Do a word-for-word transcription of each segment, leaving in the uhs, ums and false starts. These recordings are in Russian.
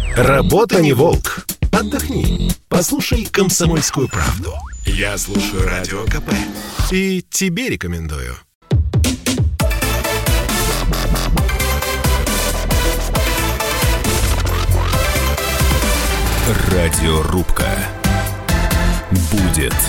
Работа не волк. Отдохни. Послушай «Комсомольскую правду». Я слушаю Радио КП. И тебе рекомендую. Радиорубка. Будет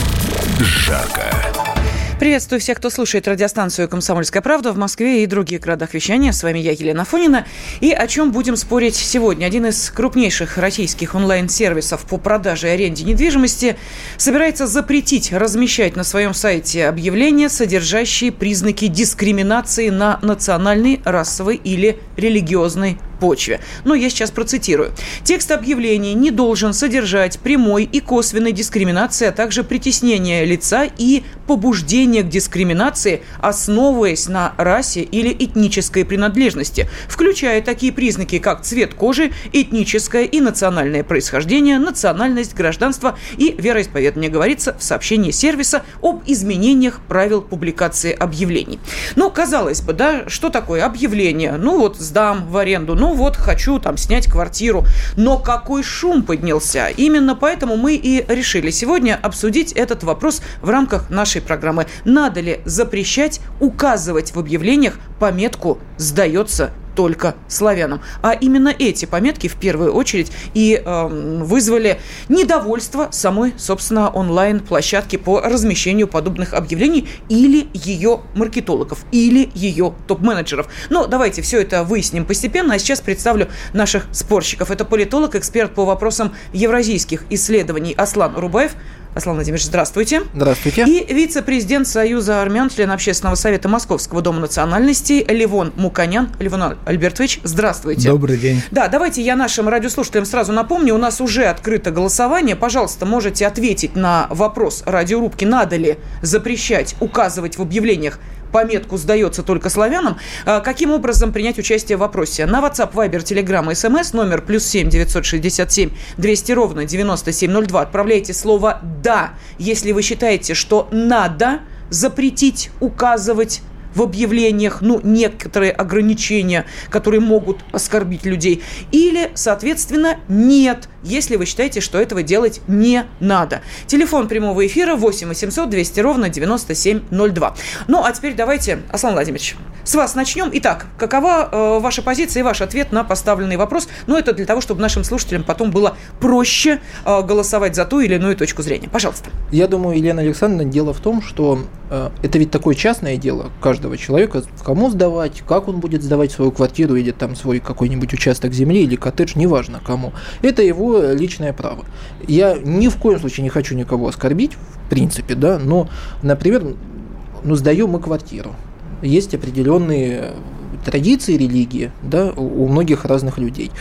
жарко. Приветствую всех, кто слушает радиостанцию «Комсомольская правда» в Москве и других городах вещания. С вами я, Елена Афонина. И о чем будем спорить сегодня? Один из крупнейших российских онлайн-сервисов по продаже и аренде недвижимости собирается запретить размещать на своем сайте объявления, содержащие признаки дискриминации на национальной, расовой или религиозной почве. Но я сейчас процитирую. Текст объявлений не должен содержать прямой и косвенной дискриминации, а также притеснения лица и побуждение к дискриминации, основываясь на расе или этнической принадлежности, включая такие признаки, как цвет кожи, этническое и национальное происхождение, национальность, гражданство и вероисповедание, говорится в сообщении сервиса об изменениях правил публикации объявлений. Ну, казалось бы, да, что такое объявление? Ну, вот сдам в аренду, ну, вот хочу там снять квартиру. Но какой шум поднялся? Именно поэтому мы и решили сегодня обсудить этот вопрос в рамках нашей программы. Надо ли запрещать указывать в объявлениях пометку «Сдается только славянам». А именно эти пометки в первую очередь и э, вызвали недовольство самой, собственно, онлайн-площадки по размещению подобных объявлений или ее маркетологов, или ее топ-менеджеров. Но давайте все это выясним постепенно. А сейчас представлю наших спорщиков. Это политолог, эксперт по вопросам евразийских исследований Аслан Рубаев. Аслан Владимирович, здравствуйте. Здравствуйте. И вице-президент Союза армян, член Общественного совета Московского дома национальностей Левон Муканян. Левон Альбертович, здравствуйте. Добрый день. Да, давайте я нашим радиослушателям сразу напомню, у нас уже открыто голосование. Пожалуйста, можете ответить на вопрос радиорубки, надо ли запрещать указывать в объявлениях пометку «Сдается только славянам». Каким образом принять участие в вопросе? На WhatsApp, Viber, Telegram и СМС номер плюс семь девятьсот шестьдесят семь двести ровно девяносто семь ноль два. Отправляйте слово «да», если вы считаете, что надо запретить указывать в объявлениях, ну, некоторые ограничения, которые могут оскорбить людей. Или, соответственно, нет, если вы считаете, что этого делать не надо. Телефон прямого эфира восемь восемьсот двести ровно девяносто семь ноль два. Ну, а теперь давайте, Аслан Владимирович, с вас начнем. Итак, какова э, ваша позиция и ваш ответ на поставленный вопрос? Ну, это для того, чтобы нашим слушателям потом было проще э, голосовать за ту или иную точку зрения. Пожалуйста. Я думаю, Елена Александровна, дело в том, что э, это ведь такое частное дело каждого человека, кому сдавать, как он будет сдавать свою квартиру или там свой какой-нибудь участок земли или коттедж, неважно кому. Это его личное право. Я ни в коем случае не хочу никого оскорбить, в принципе, да, но, например, ну, сдаем мы квартиру. Есть определенные традиции религии, да, у многих разных людей.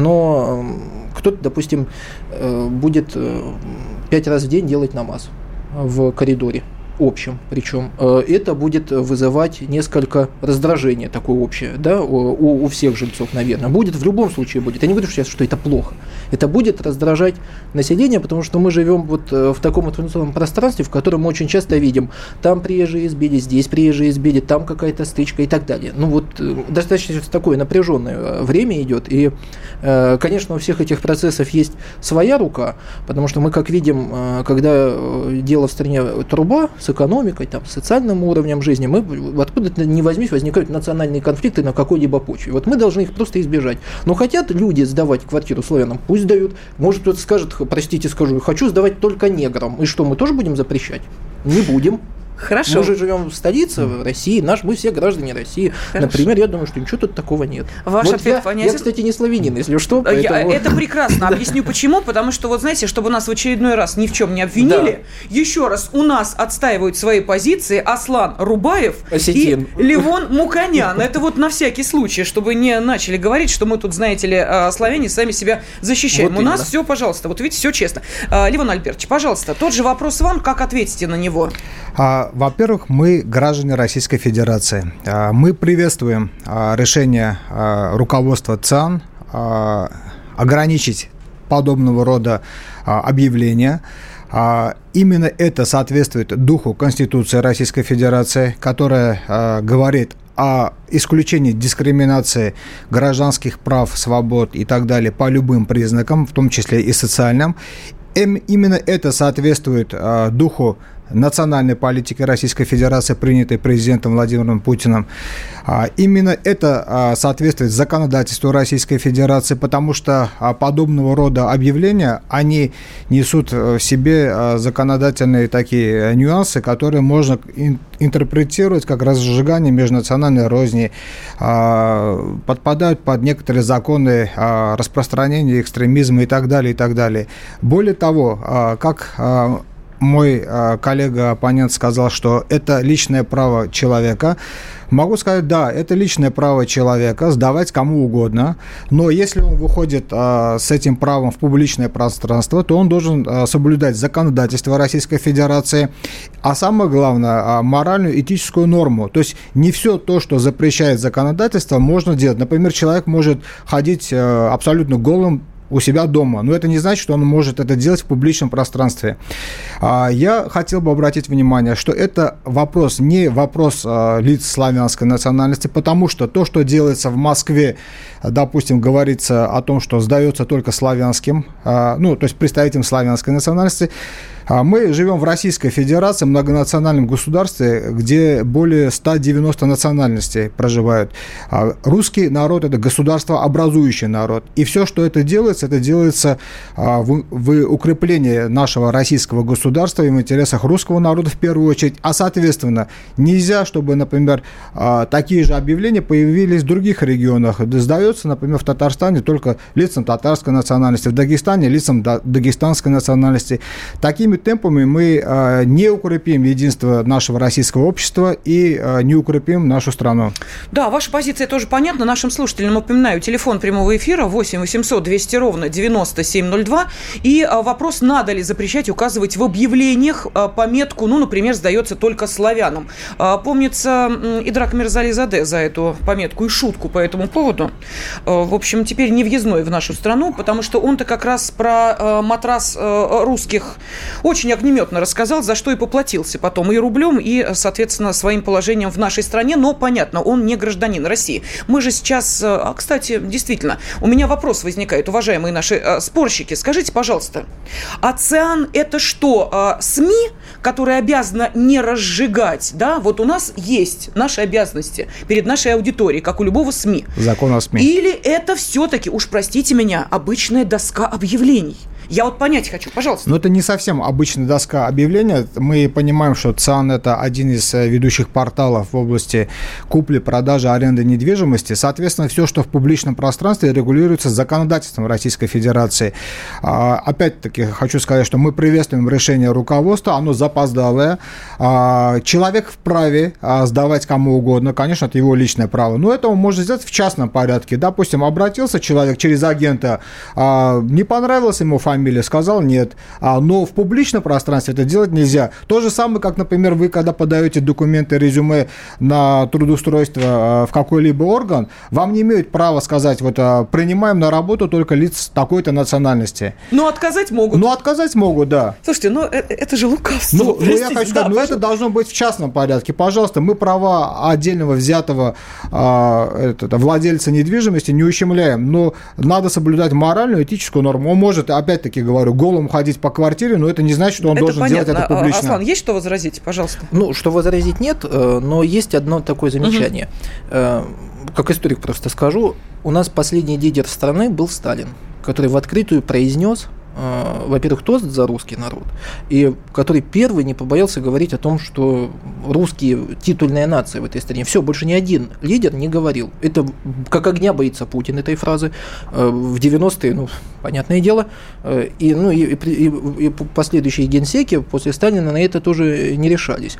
Но кто-то, допустим, будет пять раз в день делать намаз в коридоре. Общем, причем это будет вызывать несколько раздражения такое общее, да, у, у всех жильцов, наверное. Будет, в любом случае будет. Я не говорю сейчас, что это плохо. Это будет раздражать население, потому что мы живем вот в таком информационном пространстве, в котором мы очень часто видим, там приезжие избили, здесь приезжие избили, там какая-то стычка и так далее. Ну вот достаточно такое напряженное время идет, и, конечно, у всех этих процессов есть своя рука, потому что мы, как видим, когда дело в стране труба, с экономикой, там, с социальным уровнем жизни, мы откуда-то не возьмись, возникают национальные конфликты на какой-либо почве. Вот мы должны их просто избежать. Но хотят люди сдавать квартиру славянам, пусть сдают. Может, кто-то скажет, простите, скажу, хочу сдавать только неграм. И что, мы тоже будем запрещать? Не будем. Хорошо. Мы же живем в столице, в России, наш, мы все граждане России. Хорошо. Например, я думаю, что ничего тут такого нет. Ваш вот ответ я, понятен. Я, кстати, не славянин, если что. Поэтому... Я, это прекрасно. Объясню почему. Потому что, вот знаете, чтобы нас в очередной раз ни в чем не обвинили, да. Еще раз, у нас отстаивают свои позиции Аслан Рубаев Осетин. И Левон Муканян. Это вот на всякий случай, чтобы не начали говорить, что мы тут, знаете ли, славяне сами себя защищаем. Вот у нас все, пожалуйста, вот видите, все честно. Левон Альбертович, пожалуйста, тот же вопрос вам, как ответите на него? А, во-первых, мы граждане Российской Федерации. Мы приветствуем решение руководства ЦИАН ограничить подобного рода объявления. Именно это соответствует духу Конституции Российской Федерации, которая говорит о исключении дискриминации гражданских прав, свобод и так далее по любым признакам, в том числе и социальным. Именно это соответствует духу национальной политики Российской Федерации, принятой президентом Владимиром Путиным. Именно это соответствует законодательству Российской Федерации, потому что подобного рода объявления, они несут в себе законодательные такие нюансы, которые можно интерпретировать как разжигание межнациональной розни, подпадают под некоторые законы распространения экстремизма и так далее, и так далее. Более того, как мой э, коллега-оппонент сказал, что это личное право человека. Могу сказать, да, это личное право человека сдавать кому угодно, но если он выходит э, с этим правом в публичное пространство, то он должен э, соблюдать законодательство Российской Федерации, а самое главное, э, моральную этическую норму. То есть не все то, что запрещает законодательство, можно делать. Например, человек может ходить э, абсолютно голым у себя дома. Но это не значит, что он может это делать в публичном пространстве. Я хотел бы обратить внимание, что это вопрос, не вопрос лиц славянской национальности, потому что то, что делается в Москве, допустим, говорится о том, что сдается только славянским, ну, то есть представителям славянской национальности. Мы живем в Российской Федерации, многонациональном государстве, где более ста девяноста национальностей проживают. Русский народ – это государствообразующий народ. И все, что это делается, это делается в, в укреплении нашего российского государства и в интересах русского народа в первую очередь. А, соответственно, нельзя, чтобы, например, такие же объявления появились в других регионах. Сдается, например, в Татарстане только лицам татарской национальности, в Дагестане лицам дагестанской национальности. Такими темпами мы э, не укрепим единство нашего российского общества и э, не укрепим нашу страну. Да, ваша позиция тоже понятна. Нашим слушателям напоминаю, телефон прямого эфира восемь восемьсот двести ровно девяносто семь ноль два. И э, вопрос, надо ли запрещать указывать в объявлениях э, пометку, ну, например, сдается только славянам. Э, помнится, э, Идрак Мирзализаде за эту пометку и шутку по этому поводу. Э, в общем, теперь не въездной в нашу страну, потому что он-то как раз про э, матрас э, русских очень огнеметно рассказал, за что и поплатился потом и рублем, и, соответственно, своим положением в нашей стране. Но, понятно, он не гражданин России. Мы же сейчас... А, кстати, действительно, у меня вопрос возникает, уважаемые наши а, спорщики. Скажите, пожалуйста, а ЦИАН – это что, а, СМИ, которые обязаны не разжигать? Да? Вот у нас есть наши обязанности перед нашей аудиторией, как у любого СМИ. Закон о СМИ. Или это все-таки, уж простите меня, обычная доска объявлений? Я вот понять хочу, пожалуйста. Но это не совсем обычная доска объявления. Мы понимаем, что ЦИАН – это один из ведущих порталов в области купли-продажи, аренды недвижимости. Соответственно, все, что в публичном пространстве, регулируется законодательством Российской Федерации. Опять-таки, хочу сказать, что мы приветствуем решение руководства, оно запоздалое. Человек вправе сдавать кому угодно, конечно, это его личное право, но это он может сделать в частном порядке. Допустим, обратился человек через агента, не понравилась ему фамилия, сказал нет. А, но в публичном пространстве это делать нельзя. То же самое, как, например, вы, когда подаете документы, резюме на трудоустройство а, в какой-либо орган, вам не имеют права сказать, вот, а, принимаем на работу только лиц такой-то национальности. Но отказать могут. Ну, отказать могут, да. Слушайте, ну, это, это же лукавство. Ну, ну, я хочу сказать, да, ну, это должно быть в частном порядке. Пожалуйста, мы права отдельного взятого а, это, владельца недвижимости не ущемляем, но надо соблюдать моральную, этическую норму. Он может, опять-таки, говорю, голым ходить по квартире, но это не значит, что он это должен понятно. делать это публично. Аслан, есть что возразить, пожалуйста? Ну, что возразить нет, но есть одно такое замечание. Угу. Как историк просто скажу, у нас последний лидер страны был Сталин, который в открытую произнес, во-первых, тост за русский народ, и который первый не побоялся говорить о том, что русские титульная нация в этой стране. Все, больше ни один лидер не говорил. Это как огня боится Путин этой фразы. В девяностые, ну, понятное дело, и, ну, и, и, и последующие генсеки после Сталина на это тоже не решались.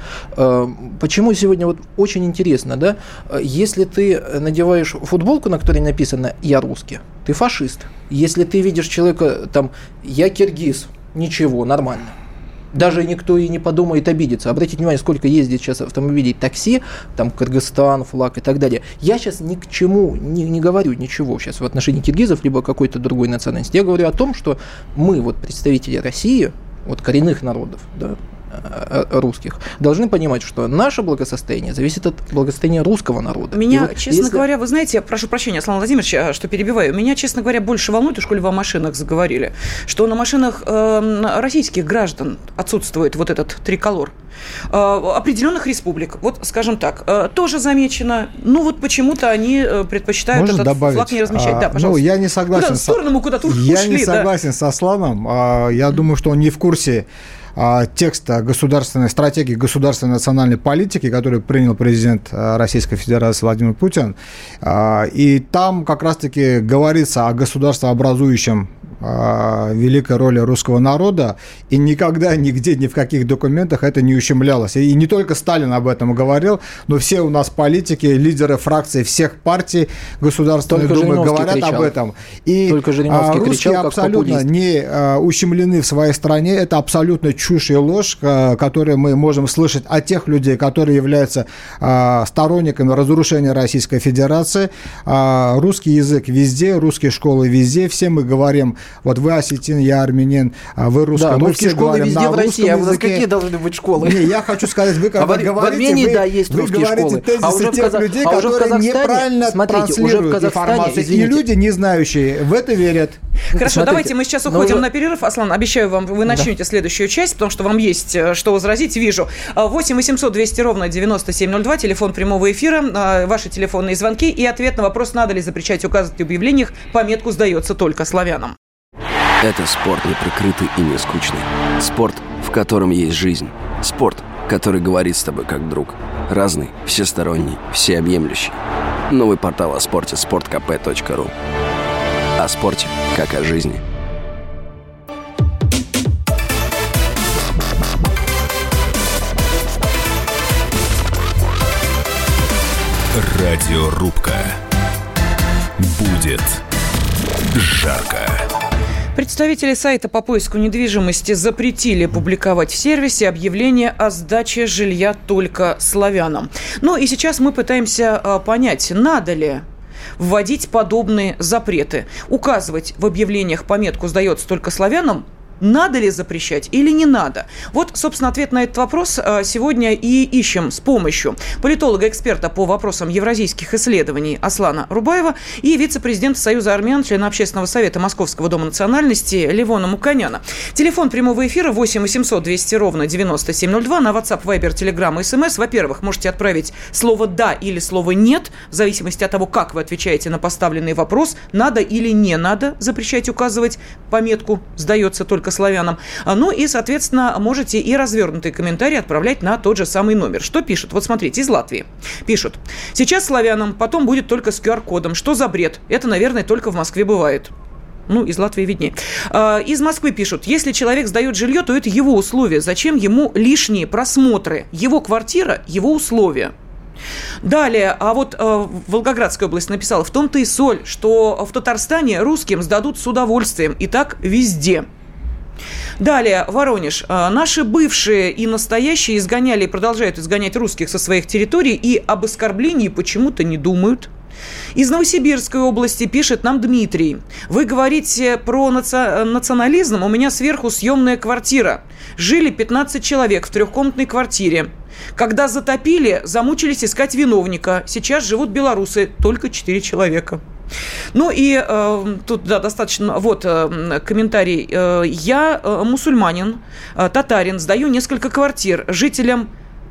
Почему сегодня вот очень интересно, да, если ты надеваешь футболку, на которой написано «Я русский», ты фашист. Если ты видишь человека, там, я киргиз, ничего, нормально. Даже никто и не подумает обидеться. Обратите внимание, сколько ездит сейчас автомобилей, такси, там, Кыргызстан, флаг и так далее. Я сейчас ни к чему не, не говорю ничего сейчас в отношении киргизов, либо какой-то другой национальности. Я говорю о том, что мы, вот, представители России, вот, коренных народов, да, русских, должны понимать, что наше благосостояние зависит от благосостояния русского народа. Меня, вот, честно если... говоря, вы знаете, я прошу прощения, Аслан Владимирович, что перебиваю, меня, честно говоря, больше волнует, уж коли вы о машинах заговорили, что на машинах э, российских граждан отсутствует вот этот триколор. Э, определенных республик, вот, скажем так, э, тоже замечено, ну вот почему-то они предпочитают Можно этот добавить? флаг не размещать. А, да, пожалуйста. Ну, я не согласен. Куда-то в сторону мы куда-то ушли. Я не да. согласен с Асланом. Я думаю, что он не в курсе текста государственной стратегии государственной национальной политики, которую принял президент Российской Федерации Владимир Путин. И там как раз-таки говорится о государствообразующем великой роли русского народа, и никогда, нигде, ни в каких документах это не ущемлялось. И не только Сталин об этом говорил, но все у нас политики, лидеры фракций всех партий Государственной только Думы Жириновский говорят кричал. об этом. И только Жириновский русские кричал, как абсолютно популист. не ущемлены в своей стране. Это абсолютно чушь и ложь, которую мы можем слышать от тех людей, которые являются сторонниками разрушения Российской Федерации. Русский язык везде, русские школы везде. Все мы говорим, вот вы осетин, я армянин, вы русский. Да, мы русские все школы говорим везде на в России, а у нас языке. какие должны быть школы? Не, я хочу сказать, вы когда а говорите, в Армении, вы, да, есть вы русские говорите школы. тезисы А уже в тех Казах... людей, а уже в которые Казахстане, неправильно смотрите, транслируют уже в Казахстане, информацию. извините. И люди, не знающие, в это верят. Хорошо, Смотрите, давайте мы сейчас уходим уже... на перерыв. Аслан, обещаю вам, вы начнете да. следующую часть, потому что вам есть что возразить, вижу. восемь восемьсот двести ровно девяносто семь ноль два, телефон прямого эфира, ваши телефонные звонки и ответ на вопрос, надо ли запрещать указывать в объявлениях, пометку «Сдается только славянам». Это спорт неприкрытый и не скучный. Спорт, в котором есть жизнь. Спорт, который говорит с тобой как друг. Разный, всесторонний, всеобъемлющий. Новый портал о спорте – спорт кей пи точка ру. О спорте, как о жизни. Радиорубка. Будет жарко. Представители сайта по поиску недвижимости запретили публиковать в сервисе объявление о сдаче жилья только славянам. Ну и сейчас мы пытаемся понять, надо ли вводить подобные запреты. Указывать в объявлениях пометку «Сдается только славянам» надо ли запрещать или не надо? Вот, собственно, ответ на этот вопрос сегодня и ищем с помощью политолога-эксперта по вопросам евразийских исследований Аслана Рубаева и вице-президента Союза армян, члена Общественного совета Московского дома национальности Левона Муканяна. Телефон прямого эфира восемь восемьсот двести ровно девяносто семь ноль два, на WhatsApp, Viber, Telegram и СМС. Во-первых, можете отправить слово «да» или слово «нет», в зависимости от того, как вы отвечаете на поставленный вопрос, надо или не надо запрещать указывать пометку «Сдается только славянам». Ну и, соответственно, можете и развернутые комментарии отправлять на тот же самый номер. Что пишут? Вот смотрите, из Латвии. Пишут. Сейчас славянам, потом будет только с ку ар-кодом. Что за бред? Это, наверное, только в Москве бывает. Ну, из Латвии виднее. Из Москвы пишут. Если человек сдает жилье, то это его условия. Зачем ему лишние просмотры? Его квартира, его условия. Далее, а вот э, Волгоградская область написала, в том-то и соль, что в Татарстане русским сдадут с удовольствием. И так везде. Далее, Воронеж. Наши бывшие и настоящие изгоняли и продолжают изгонять русских со своих территорий и об оскорблении почему-то не думают. Из Новосибирской области пишет нам Дмитрий. Вы говорите про наци... национализм, у меня сверху съемная квартира. Жили пятнадцать человек в трехкомнатной квартире. Когда затопили, замучились искать виновника. Сейчас живут белорусы, только четыре человека. Ну и э, тут, да, достаточно, вот э, комментарий. Э, я э, мусульманин, э, татарин, сдаю несколько квартир. Жителям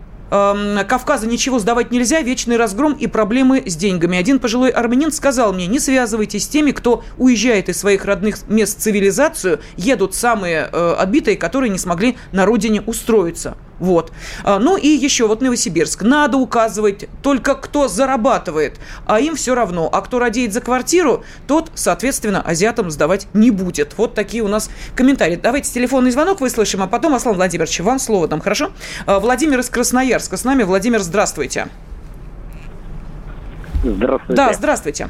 э, Кавказа ничего сдавать нельзя, вечный разгром и проблемы с деньгами. Один пожилой армянин сказал мне, не связывайтесь с теми, кто уезжает из своих родных мест в цивилизацию, едут самые э, отбитые, которые не смогли на родине устроиться. Вот. Ну и еще вот Новосибирск. Надо указывать только кто зарабатывает, а им все равно. А кто радеет за квартиру, тот, соответственно, азиатам сдавать не будет. Вот такие у нас комментарии. Давайте телефонный звонок выслушаем, а потом, Аслан Владимирович, вам слово там, хорошо? Владимир из Красноярска с нами. Владимир, здравствуйте. Здравствуйте. Да, здравствуйте.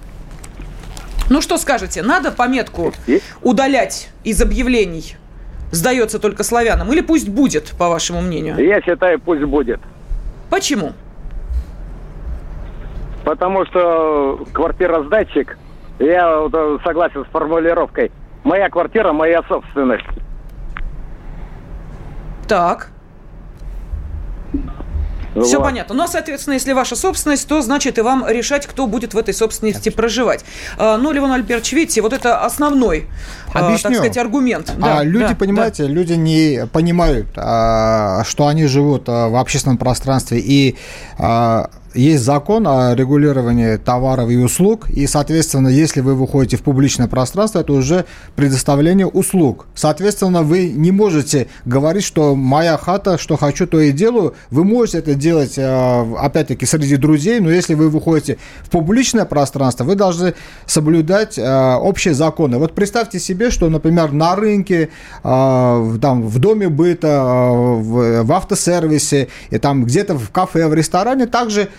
Ну что скажете, надо пометку удалять из объявлений? Сдается только славянам? Или пусть будет, по вашему мнению? Я считаю, пусть будет. Почему? Потому что квартиросдатчик, я вот согласен с формулировкой, моя квартира, моя собственность. Так, Все Вот. понятно. Ну, а, соответственно, если ваша собственность, то, значит, и вам решать, кто будет в этой собственности проживать. А, ну, Левон Альбертович, видите, вот это основной, а, так сказать, аргумент. Да, а люди, да, понимаете, да. люди не понимают, а, что они живут а, в общественном пространстве, и а, есть закон о регулировании товаров и услуг, и, соответственно, если вы выходите в публичное пространство, это уже предоставление услуг. Соответственно, вы не можете говорить, что моя хата, что хочу, то и делаю. Вы можете это делать, опять-таки, среди друзей, но если вы выходите в публичное пространство, вы должны соблюдать общие законы. Вот представьте себе, что, например, на рынке, там, в доме быта, в автосервисе, и там где-то в кафе, в ресторане также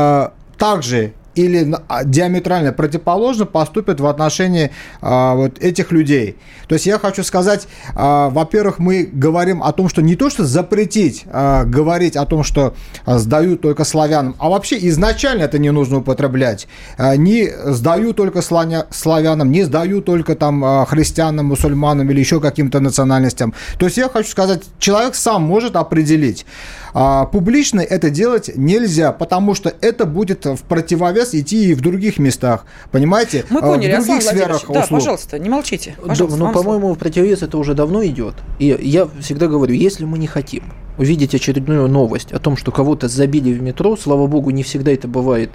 также или диаметрально противоположно поступят в отношении а, вот этих людей. То есть я хочу сказать, а, во-первых, мы говорим о том, что не то, что запретить а, говорить о том, что а, сдают только славянам, а вообще изначально это не нужно употреблять. А, не сдаю только славя, славянам, не сдаю только там а, христианам, мусульманам или еще каким-то национальностям. То есть я хочу сказать, человек сам может определить. А, публично это делать нельзя, потому что это будет в противовес идти и в других местах, понимаете? Мы поняли, в других Аслан сферах Владимирович, да, услуг. пожалуйста, не молчите. Пожалуйста, Да, ну, по-моему, в противовес это уже давно идет. И я всегда говорю, если мы не хотим увидеть очередную новость о том, что кого-то забили в метро, слава богу, не всегда это бывает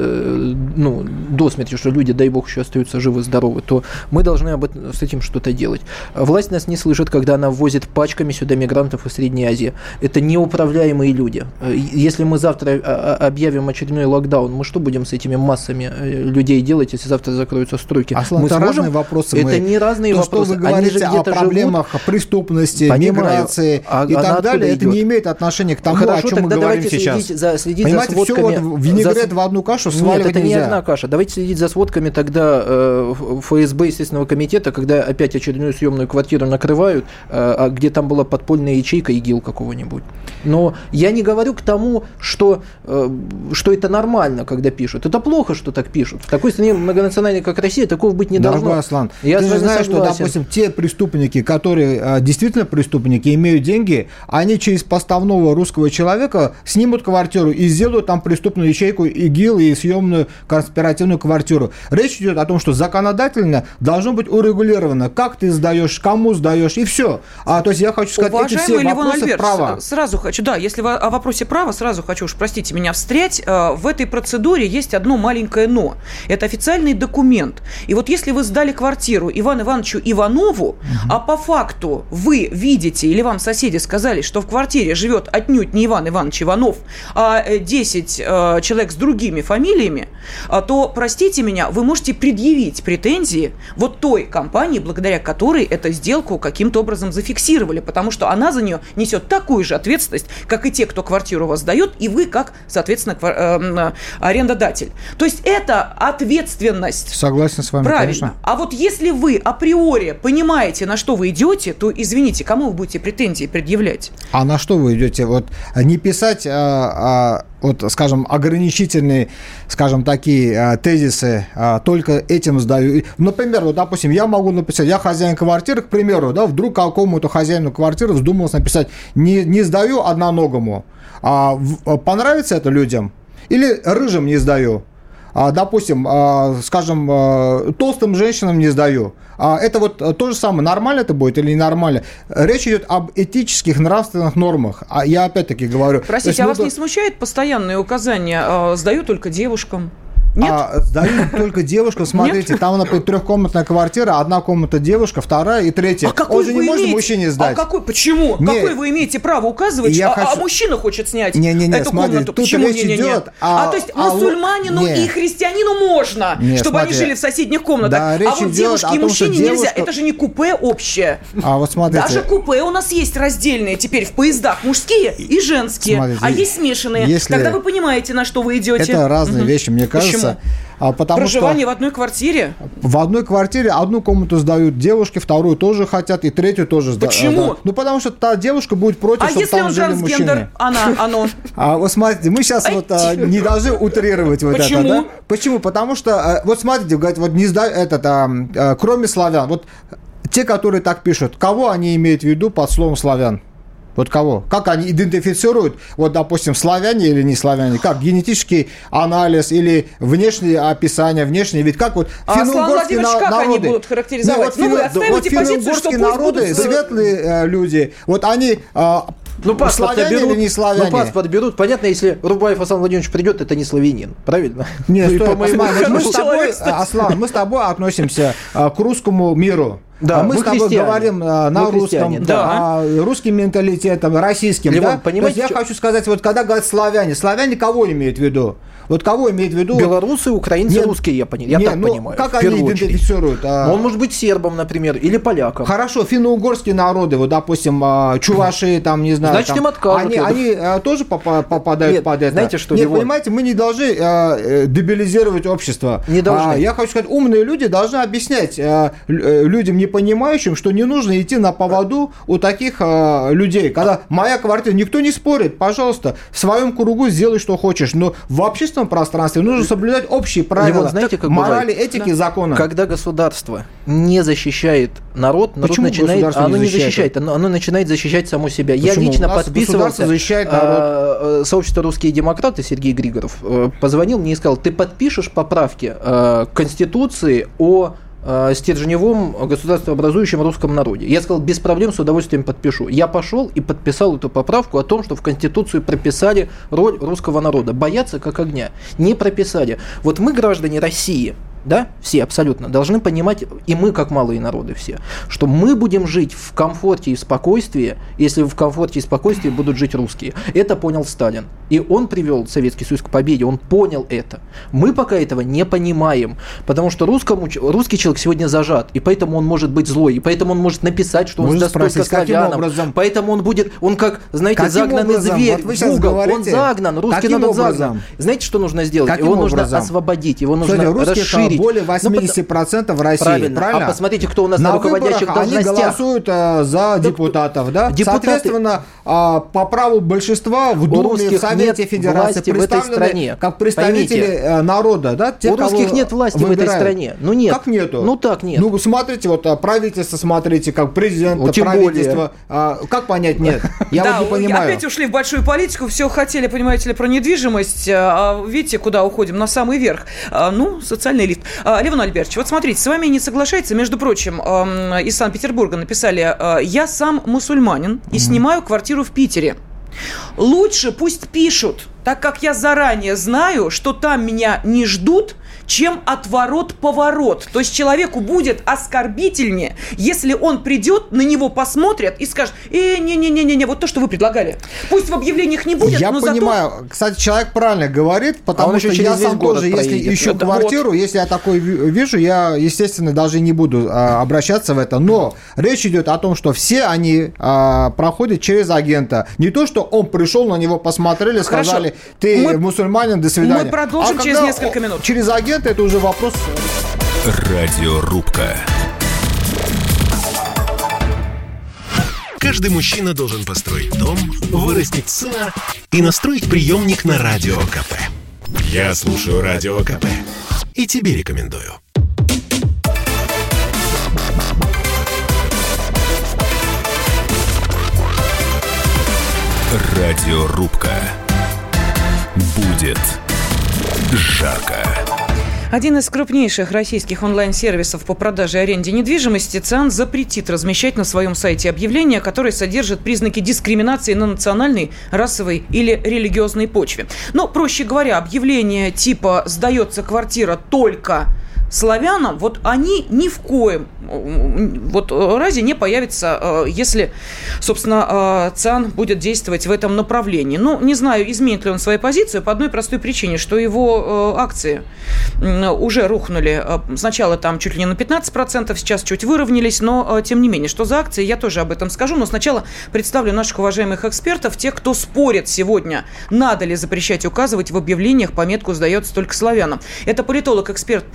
э, ну, до смерти, что люди, дай бог, еще остаются живы-здоровы, то мы должны об этом, с этим что-то делать. Власть нас не слышит, когда она ввозит пачками сюда мигрантов из Средней Азии. Это неуправляемые люди. Если мы завтра объявим очередной локдаун, мы что будем с этими массами людей делать, если завтра закроются стройки? Аслан, мы это сможем? разные вопросы. Это мы... не разные То, вопросы. что вы говорите о проблемах живут. преступности, Понимаю. миграции А, и так далее, это идет? не имеет отношения к тому, Хорошо, о чем мы тогда говорим давайте сейчас. Следить за, следить Понимаете, за сводками. все вот винегрет за... в одну кашу Нет, сваливать это нельзя. не одна каша. Давайте следить за сводками тогда э, ФСБ, естественного комитета, когда опять очередную съемную квартиру накрывают, э, где там была подпольная ячейка ИГИЛ какого-нибудь. Но я не говорю к тому, что, э, что это нормально, когда пишут. Это плохо, что так пишут. В такой стране многонациональной, как Россия, такого быть не Дорогой должно. Аслан, Я ты же знаешь, согласен. что, допустим, те преступники, которые э, действительно преступники, имеют деньги, они через поставного русского человека снимут квартиру и сделают там преступную ячейку ИГИЛ и съемную конспиративную квартиру. Речь идет о том, что законодательно должно быть урегулировано, как ты сдаешь, кому сдаешь, и все. А, то есть я хочу сказать, Уважаемый эти все Левон вопросы Альбертович, права. сразу хочу, да, если вы о вопросе права, сразу хочу, уж простите меня, встрять. В этой процедуре есть одно маленькое «но». Это официальный документ. И вот если вы сдали квартиру Ивану Ивановичу Иванову, угу. а по факту вы видите, или вам соседи сказали, что в квартире живет отнюдь не Иван Иванович Иванов, а десять э, человек с другими фамилиями, то, простите меня, вы можете предъявить претензии вот той компании, благодаря которой эту сделку каким-то образом зафиксировали, потому что она за нее несет такую же ответственность, как и те, кто квартиру у вас сдает, и вы как, соответственно, квар- э, арендодатель. То есть это ответственность. Согласен с вами, правильно. Конечно. А вот если вы априори понимаете, на что вы идете, то, извините, кому вы будете претензии предъявлять? А на что вы идете? Вот не писать, а, а, вот, скажем, ограничительные, скажем, такие а, тезисы, а, только этим сдаю. Например, вот, допустим, я могу написать, я хозяин квартиры, к примеру, да, вдруг какому-то хозяину квартиры вздумалось написать, не, не сдаю одноногому, а в, понравится это людям, или рыжим не сдаю. А, допустим, а, скажем, а, толстым женщинам не сдаю. А это вот то же самое, нормально это будет или ненормально? Речь идет об этических, нравственных нормах. А я опять-таки говорю... Простите, а вас не смущает постоянные указания а, «сдаю только девушкам»? Нет? А, сдают только девушкам, смотрите, там, например, трехкомнатная квартира, одна комната девушка, вторая и третья. А какой Он же вы не может имеете... мужчине сдать. А какой? Почему? Не... Какое вы имеете право указывать? Я а, хочу... а мужчина хочет снять не, не, не, эту смотри, комнату. тут Почему? речь Не, не, не. идет А, о... то есть о... мусульманину не. и христианину можно, не, чтобы смотри. они жили в соседних комнатах. Да, а речь вот идет девушке о и том, мужчине что нельзя. девушка... Это же не купе общее. А вот смотрите. Даже купе у нас есть раздельные теперь в поездах, мужские и женские. Смотрите, а есть смешанные. если... Тогда вы понимаете, на что вы идете. Это разные угу. вещи, мне кажется. А потому Проживание что в одной квартире? В одной квартире одну комнату сдают девушки, вторую тоже хотят, и третью тоже сдают. Почему? Да. Ну, потому что та девушка будет против, А чтобы если там он жили трансгендер? мужчины. Она, оно. А вот смотрите, мы сейчас вот а, не должны утрировать вот Почему? это, да? Почему? Потому что, а, вот смотрите, говорят, вот не сдают, этот, а, а, кроме славян, вот те, которые так пишут, кого они имеют в виду под словом славян? Вот кого? Как они идентифицируют, вот, допустим, славяне или не славяне? Как генетический анализ или внешнее описание, внешний вид? Как вот а финно-угорские на- как народы? Они будут характеризовать? Ну, вот, ну, финно- вы отстаиваете вот позицию, что пусть народы, будут... светлые э, люди, вот они... Э, Ну, паспорт берут, не славяне? ну, паспорт берут. Понятно, если Рубаев Аслан Владимирович придет, это не славянин. Правильно? Нет, ну, стой, по моему... мы с тобой, Аслан, мы с тобой относимся а, к русскому миру. Да, а мы, мы с тобой христиане. говорим а, на мы русском, да. а, русским менталитетом, российским. Левон, да? понимаете, я что... хочу сказать, вот когда говорят славяне, славяне кого имеют в виду? Вот кого имеет в виду? Белорусы, украинцы, нет, русские, я, пони... я нет, так ну, понимаю. Как они идентифицируют? А... Он может быть сербом, например, или поляком. Хорошо, финно-угорские народы, вот, допустим, чуваши, там, не знаю. Значит, там, им откажут. Они, они а, тоже попадают нет, под это. Знаете, что, Нет, Левон? понимаете, мы не должны а, дебилизировать общество. Не должны. А, я хочу сказать, умные люди должны объяснять а, людям, не понимающим, что не нужно идти на поводу у таких а, людей. Когда моя квартира, никто не спорит, пожалуйста, в своем кругу сделай, что хочешь. Но в общественном пространстве нужно соблюдать общие правила, Левон, знаете, как морали, бывает? этики, да. законы. Когда государство не защищает народ, народ Почему начинает, оно не не защищает, защищает оно, оно начинает защищать само себя. Почему? Я лично У нас подписывался, защищает народ. э, сообщество «Русские демократы» Сергей Григоров э, позвонил мне и сказал, ты подпишешь поправки э, к Конституции о стержневом государствообразующем русском народе. Я сказал, без проблем, с удовольствием подпишу. Я пошел и подписал эту поправку о том, что в Конституцию прописали роль русского народа. Бояться как огня. Не прописали. Вот мы, граждане России, да, все абсолютно, должны понимать, и мы, как малые народы все, что мы будем жить в комфорте и спокойствии, если в комфорте и спокойствии будут жить русские. Это понял Сталин. И он привел Советский Союз к победе, он понял это. Мы пока этого не понимаем, потому что русскому, русский человек сегодня зажат, и поэтому он может быть злой, и поэтому он может написать, что он сдаст только славянам. Поэтому он будет, он как, знаете, каким загнанный образом? Зверь вот в угол, говорите, он загнан, русский народ образом? Загнан. Знаете, что нужно сделать? Каким его образом? нужно освободить, его нужно Кстати, расширить. Более восемьдесят процентов в России. Правильно. Правильно? А посмотрите, кто у нас на, на руководящих выборах должностях. Они голосуют а, за да, депутатов. Да? Депутаты... Соответственно, а, по праву большинства в Думе, в Совете Федерации представлены как представители Поймите, народа. Да? Те, у русских нет власти выбирают. В этой стране. Ну нет. Как нету? Ну так нет. Ну смотрите, вот правительство, смотрите, как президент, ну, правительство. А, как понять нет? Я да, вот не понимаю. Опять ушли в большую политику, все хотели, понимаете ли, про недвижимость. А видите, куда уходим? На самый верх. А, ну, социальный лифт. Левон Альбертович, вот смотрите, с вами не соглашается, между прочим, э, из Санкт-Петербурга написали, э, я сам мусульманин и mm-hmm. снимаю квартиру в Питере. Лучше пусть пишут, так как я заранее знаю, что там меня не ждут, чем отворот-поворот. То есть человеку будет оскорбительнее, если он придет, на него посмотрят и скажет, э, не-не-не-не, вот то, что вы предлагали. Пусть в объявлениях не будет, я но понимаю. зато... Кстати, человек правильно говорит, потому а что я сам тоже, если ищу это квартиру, вот. Если я такой вижу, я, естественно, даже не буду а, обращаться в это. Но речь идет о том, что все они а, проходят через агента. Не то, что он пришел, на него посмотрели, Хорошо. Сказали, ты мы, мусульманин, до свидания. Мы продолжим а через несколько минут. Через агента это уже вопрос... Радиорубка. Каждый мужчина должен построить дом, вырастить сына и настроить приемник на Радио КП. Я слушаю Радио КП и тебе рекомендую. Радиорубка. Будет жарко. Один из крупнейших российских онлайн-сервисов по продаже и аренде недвижимости ЦИАН запретит размещать на своем сайте объявления, которые содержат признаки дискриминации на национальной, расовой или религиозной почве. Но, проще говоря, объявления типа «сдается квартира только славянам», вот они ни в коем вот разе не появятся, если, собственно, ЦИАН будет действовать в этом направлении. Ну, не знаю, изменит ли он свою позицию по одной простой причине, что его акции уже рухнули. Сначала там чуть ли не на пятнадцать процентов, сейчас чуть выровнялись, но тем не менее, что за акции, я тоже об этом скажу. Но сначала представлю наших уважаемых экспертов, тех, кто спорит сегодня, надо ли запрещать указывать в объявлениях пометку «сдается только славянам». Это политолог-эксперт по вопросам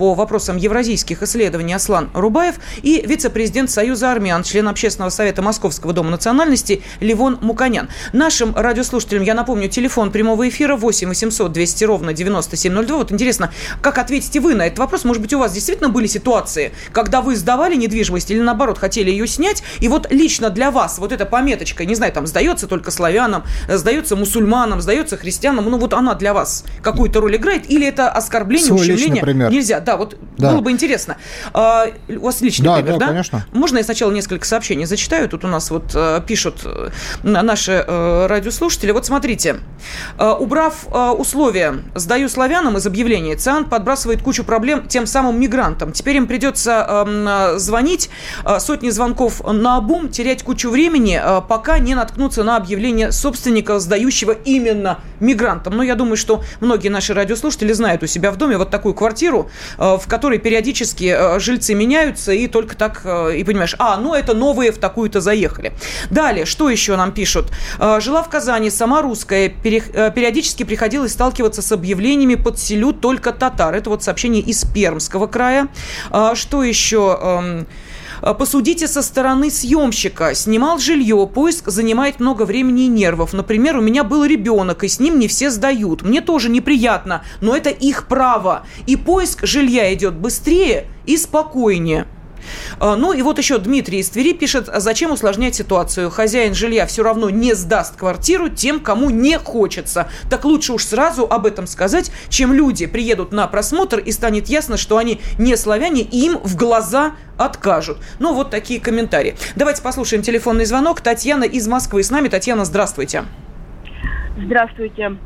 вопросам евразийских исследований Аслан Рубаев и вице-президент Союза армян, член Общественного совета Московского дома национальностей Левон Муканян. Нашим радиослушателям, я напомню, телефон прямого эфира восемь восемьсот двести ровно девяносто семь ноль два. Вот интересно, как ответите вы на этот вопрос? Может быть, у вас действительно были ситуации, когда вы сдавали недвижимость или, наоборот, хотели ее снять, и вот лично для вас вот эта пометочка, не знаю, там, сдается только славянам, сдается мусульманам, сдается христианам, ну вот она для вас какую-то роль играет, или это оскорбление, Свой ущемление? Пример. Нельзя, да, вот да. Было бы интересно. А, у вас личный да, пример, да? да? Конечно. Можно я сначала несколько сообщений зачитаю? Тут у нас вот а, пишут а, наши а, радиослушатели. Вот смотрите. А, убрав а, условия «сдаю славянам» из объявления, ЦИАН подбрасывает кучу проблем тем самым мигрантам. Теперь им придется а, звонить, а, сотни звонков наобум, терять кучу времени, а, пока не наткнуться на объявление собственника, сдающего именно мигрантам. Но я думаю, что многие наши радиослушатели знают у себя в доме вот такую квартиру, в которой периодически жильцы меняются, и только так, и понимаешь, а, ну это новые в такую-то заехали. Далее, что еще нам пишут? Жила в Казани, сама русская, периодически приходилось сталкиваться с объявлениями «подселю только татар». Это вот сообщение из Пермского края. Что еще? Посудите со стороны съемщика. Снимал жилье, поиск занимает много времени и нервов. Например, у меня был ребенок, и с ним не все сдают. Мне тоже неприятно, но это их право. И поиск жилья идет быстрее и спокойнее. Ну и вот еще Дмитрий из Твери пишет: зачем усложнять ситуацию? Хозяин жилья все равно не сдаст квартиру тем, кому не хочется. Так лучше уж сразу об этом сказать, чем люди приедут на просмотр и станет ясно, что они не славяне, и им в глаза откажут. Ну вот такие комментарии. Давайте послушаем телефонный звонок. Татьяна из Москвы с нами. Татьяна, здравствуйте. Здравствуйте.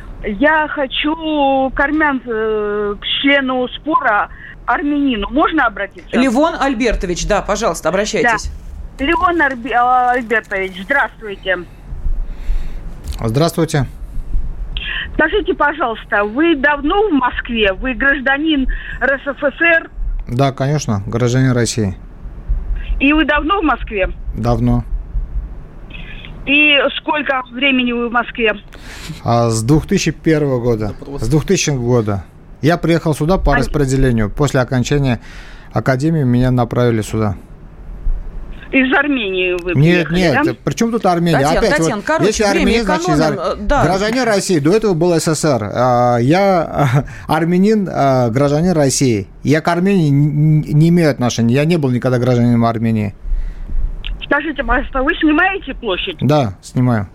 Я хочу к армян, к члену спора, армянину. Можно обратиться? Левон Альбертович, да, пожалуйста, обращайтесь. Да. Левон Арби... Альбертович, здравствуйте. Здравствуйте. Скажите, пожалуйста, вы давно в Москве? Вы гражданин РСФСР? Да, конечно, гражданин России. И вы давно в Москве? Давно. И сколько времени вы в Москве? А, с две тысячи первого года. С двухтысячного года. Я приехал сюда по а... распределению. После окончания академии меня направили сюда. Из Армении вы нет, приехали, нет, да? Нет, при чем тут Армения? Татьяна, Опять, Татьяна, вот, короче, если время армянин, значит, экономим, да. Гражданин России, до этого был СССР. Я армянин, гражданин России. Я к Армении не имею отношения. Я не был никогда гражданином Армении. Скажите, пожалуйста, вы снимаете площадь? Да, снимаю.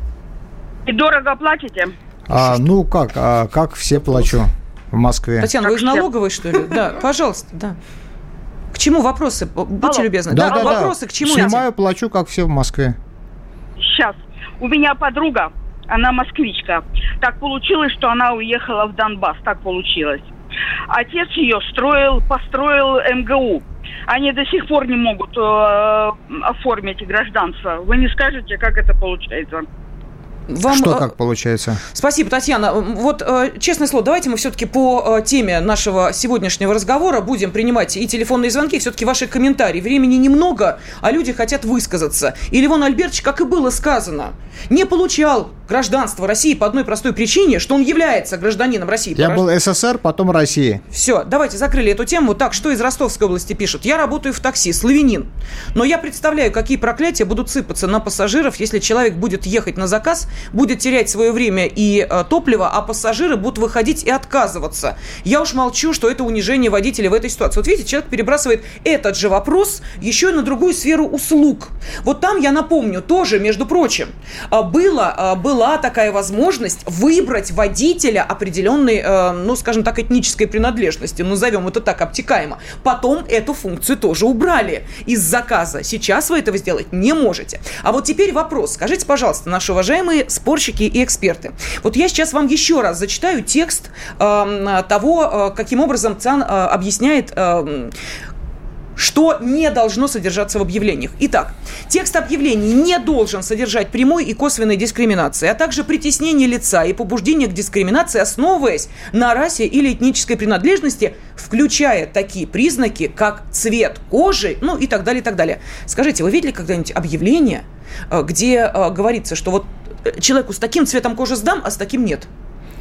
И дорого платите? А, ну как, а, как все плачу в Москве. Татьяна, вы из налоговой, что ли? Да, пожалуйста, да. К чему вопросы? Будьте Алло. любезны. Да, да, да, вопросы да. к чему? Снимаю, плачу, как все в Москве. Сейчас. У меня подруга, она москвичка. Так получилось, что она уехала в Донбасс. Так получилось. Отец ее строил, построил эм гэ у. Они до сих пор не могут э, оформить гражданство. Вы не скажете, как это получается? Вам, Что как получается? Спасибо, Татьяна. Вот, честное слово, давайте мы все-таки по теме нашего сегодняшнего разговора будем принимать и телефонные звонки, все-таки ваши комментарии. Времени немного, а люди хотят высказаться. И Левон Альбертович, как и было сказано, не получал гражданство России по одной простой причине, что он является гражданином России. Я был СССР, потом России. Все, давайте закрыли эту тему. Так, что из Ростовской области пишут? Я работаю в такси, славянин. Но я представляю, какие проклятия будут сыпаться на пассажиров, если человек будет ехать на заказ, будет терять свое время и э, топливо, а пассажиры будут выходить и отказываться. Я уж молчу, что это унижение водителя в этой ситуации. Вот видите, человек перебрасывает этот же вопрос еще и на другую сферу услуг. Вот там, я напомню, тоже, между прочим, было, была такая возможность выбрать водителя определенной, э, ну, скажем так, этнической принадлежности, назовем это так обтекаемо. Потом эту функцию тоже убрали из заказа. Сейчас вы этого сделать не можете. А вот теперь вопрос. Скажите, пожалуйста, наши уважаемые спорщики и эксперты. Вот я сейчас вам еще раз зачитаю текст э, того, э, каким образом ЦИАН э, объясняет, э, что не должно содержаться в объявлениях. Итак, текст объявлений не должен содержать прямой и косвенной дискриминации, а также притеснение лица и побуждение к дискриминации, основываясь на расе или этнической принадлежности, включая такие признаки, как цвет кожи, ну и так далее, и так далее. Скажите, вы видели когда-нибудь объявление, где говорится, что вот человеку с таким цветом кожи сдам, а с таким нет?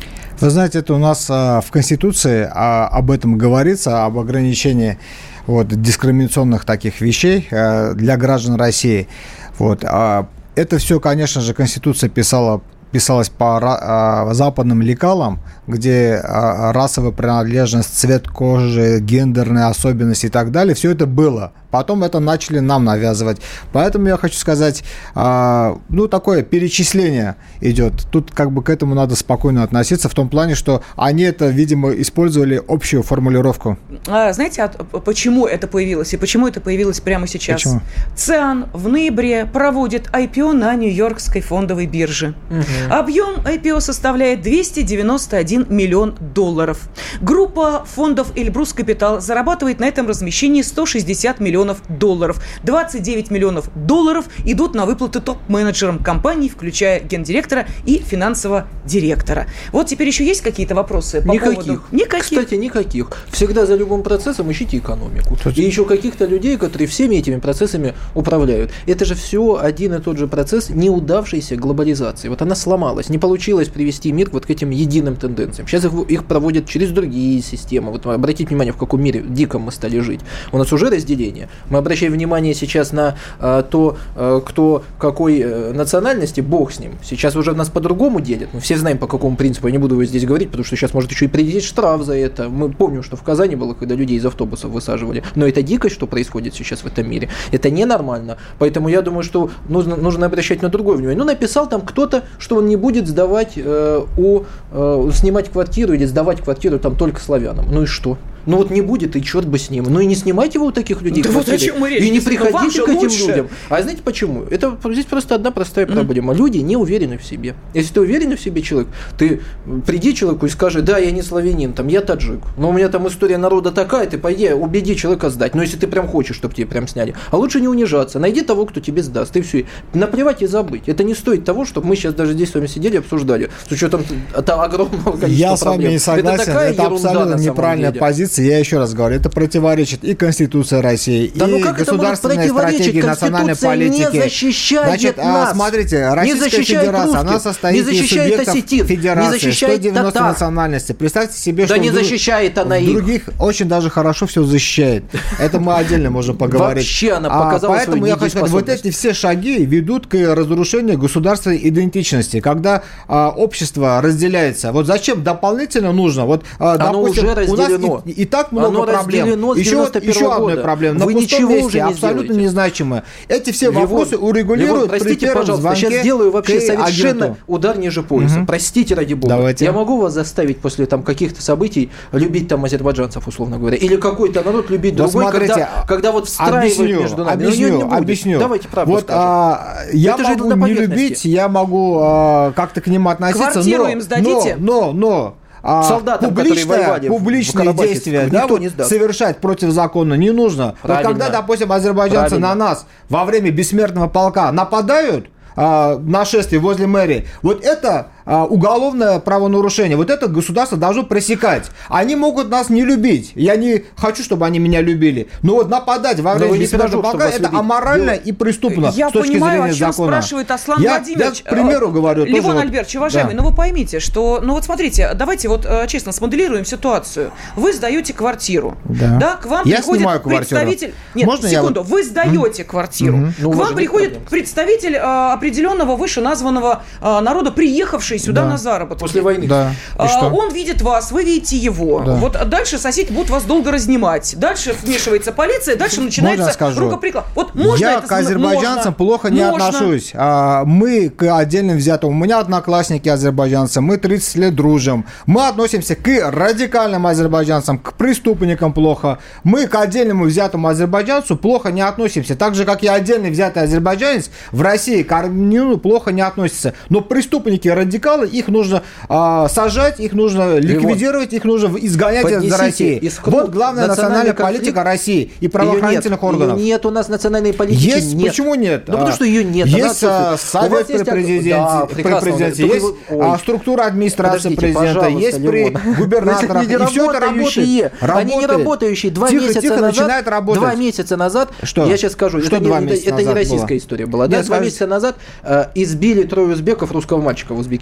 Вы знаете, это у нас а, в Конституции а, об этом говорится, об ограничении вот, дискриминационных таких вещей а, для граждан России. Вот. А, это все, конечно же, Конституция писала, писалась по а, западным лекалам, где а, расовая принадлежность, цвет кожи, гендерные особенности и так далее, все это было. Потом это начали нам навязывать. Поэтому я хочу сказать, а, ну, такое перечисление идет. Тут как бы к этому надо спокойно относиться, в том плане, что они это, видимо, использовали общую формулировку. А, знаете, почему это появилось? И почему это появилось прямо сейчас? Почему? ЦИАН в ноябре проводит ай пи о на Нью-Йоркской фондовой бирже. Угу. Объем ай пи о составляет двести девяносто один миллион долларов. Группа фондов Эльбрус Капитал зарабатывает на этом размещении сто шестьдесят миллионов долларов. двадцать девять миллионов долларов идут на выплаты топ-менеджерам компаний, включая гендиректора и финансового директора. Вот теперь еще есть какие-то вопросы по никаких. поводу... Никаких. Кстати, никаких. Всегда за любым процессом ищите экономику. Кстати. И еще каких-то людей, которые всеми этими процессами управляют. Это же все один и тот же процесс неудавшейся глобализации. Вот она сломалась. Не получилось привести мир вот к этим единым тенденциям. Сейчас их, их проводят через другие системы. Вот обратите внимание, в каком мире диком мы стали жить. У нас уже разделение. Мы обращаем внимание сейчас на а, то, а, кто какой а, национальности, бог с ним. Сейчас уже нас по-другому делят. Мы все знаем, по какому принципу. Я не буду его здесь говорить, потому что сейчас может еще и прилететь штраф за это. Мы помним, что в Казани было, когда людей из автобусов высаживали. Но это дикость, что происходит сейчас в этом мире. Это ненормально. Поэтому я думаю, что нужно, нужно обращать на другое внимание. Ну, написал там кто-то, что он не будет сдавать, э, у, э, снимать квартиру или сдавать квартиру там только славянам. Ну и что? Ну вот не будет, и черт бы с ним. Ну и не снимайте вы у таких людей. Да вот о чем мы речь. И не приходите к этим лучше. людям. А знаете почему? Это здесь просто одна простая mm-hmm. проблема. Люди не уверены в себе. Если ты уверен в себе человек, ты приди человеку и скажи, да, я не славянин, там, я таджик, но у меня там история народа такая, ты пойди, убеди человека сдать. Но если ты прям хочешь, чтобы тебе прям сняли. А лучше не унижаться. Найди того, кто тебе сдаст. И все. Наплевать и забыть. Это не стоит того, чтобы мы сейчас даже здесь с вами сидели и обсуждали. С учетом огромного количества я проблем. Я с вами не согласен. Это, это абсолютно неправильная позиция. Я еще раз говорю, это противоречит и Конституции России, да, и ну государственной стратегии национальной политики. Не защищает Значит, нас. Смотрите, Российская Федерация, русских, она состоит из субъектов осетин, Федерации, сто девяносто татар. Национальностей. Представьте себе, да что не в, защищает она в других очень даже хорошо все защищает. Это мы отдельно можем поговорить. Вообще она показала а, поэтому я хочу сказать, вот эти все шаги ведут к разрушению государственной идентичности, когда а, общество разделяется. Вот зачем дополнительно нужно? Вот, а, оно допустим, уже разделено. У нас и, и так много оно проблем. Еще, еще одна проблема. На Вы пустом месте не абсолютно сделаете. Незначимые. Эти все Левон, вопросы урегулируют Левон, при первом пожалуйста, звонке. Сейчас сделаю вообще совершенно агенту. удар ниже пояса. Угу. Простите, ради бога. Давайте. Я могу вас заставить после там каких-то событий любить там азербайджанцев, условно говоря, или какой-то народ любить вот другой, смотрите, когда, когда вот встраивают объясню, между нами. Объясню, не не объясню. Давайте правду вот, скажем. А, я Это могу не любить, я могу а, как-то к ним относиться. Квартиру но, им сдадите? Но, но, но. А солдатам, публичное, которые воевали публичные в действия да, вот, совершать против закона не нужно. Вот когда, допустим, азербайджанцы Правильно. на нас во время бессмертного полка нападают, а, нашествие возле мэрии, вот это а, уголовное правонарушение, вот это государство должно пресекать. Они могут нас не любить, я не хочу, чтобы они меня любили, но вот нападать во время бессмертного полка, это любить. аморально и преступно я с точки понимаю, зрения о чем закона. спрашивает Аслан я, Владимирович. Я, к примеру, говорю. Левон вот, Альбертович, уважаемый, да. ну вы поймите, что, ну вот смотрите, давайте вот честно смоделируем ситуацию. Вы сдаете квартиру, да, да к вам я приходит представитель... Нет, Можно секунду, я... вы сдаете mm-hmm. квартиру, mm-hmm. ну, к вам приходит проблем. представитель а, определенного вышеназванного а, народа, приехавший сюда да. на заработки. После войны. Да. А, он видит вас, вы видите его. Да. Вот дальше соседи будут вас долго разнимать. Дальше вмешивается полиция, дальше начинается рукоприклад. Вот можно я это к азербайджанцам можно, плохо не можно. отношусь. А, мы к отдельным взятым. У меня одноклассники азербайджанцы, мы тридцать лет дружим. Мы относимся к радикальным азербайджанцам, к преступникам плохо. Мы к отдельному взятому азербайджанцу плохо не относимся. Так же, как и отдельный взятый азербайджанец в России к армянину плохо не относится. Но преступники, радикалы, их нужно а, сажать, их нужно ликвидировать, их нужно изгонять из России. Вот главная национальная политика России и правоохранительных нет, органов. Нет у нас национальной политики. Есть, нет. Почему нет? Ну, потому что ее нет. Есть а, совет при президенте, да, при президенте есть а, структура администрации президента, есть при губернаторах. И все это работает. Они не работающие. Два тихо, месяца тихо назад, начинает работать. Два месяца назад, что? я сейчас скажу, что это, не, это, это не российская была? история была. Да, два месяца назад э, избили трое узбеков русского мальчика в Узбекистане.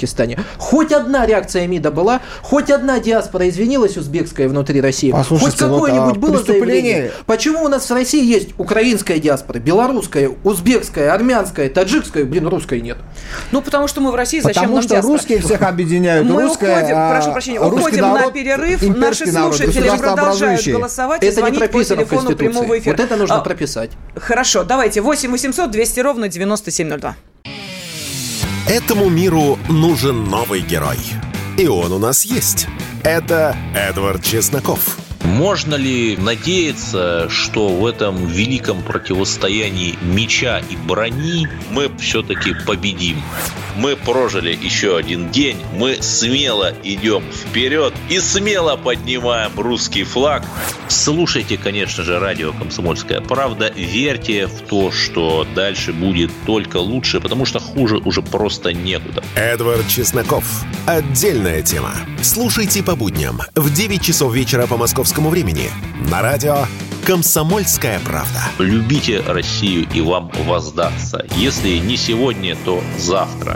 Узбекистане. Хоть одна реакция МИДа была, хоть одна диаспора извинилась узбекская внутри России, хоть какое-нибудь вот, а, было заявление. Почему у нас в России есть украинская диаспора, белорусская, узбекская, армянская, таджикская, блин, русской нет? Ну, потому что мы в России, зачем потому нам диаспора? Потому что русские всех объединяют. Мы русская, уходим, а, прошу прощения, уходим народ, на перерыв. Наши слушатели народ, продолжают голосовать это и звонить по телефону прямого эфира. Вот это нужно а, прописать. Хорошо, давайте. восемь восемьсот двести ровно девяносто семь ноль два. Этому миру нужен новый герой. И он у нас есть. Это Эдвард Чесноков. Можно ли надеяться, что в этом великом противостоянии меча и брони мы все-таки победим? Мы прожили еще один день, мы смело идем вперед и смело поднимаем русский флаг. Слушайте, конечно же, радио «Комсомольская правда», верьте в то, что дальше будет только лучше, потому что хуже уже просто некуда. Эдвард Чесноков. Отдельная тема. Слушайте по будням в девять часов вечера по московскому времени на радио «Комсомольская правда». Любите Россию, и вам воздастся. Если не сегодня, то завтра.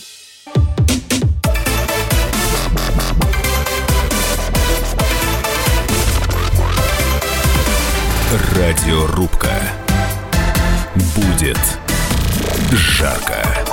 Радиорубка. Будет жарко.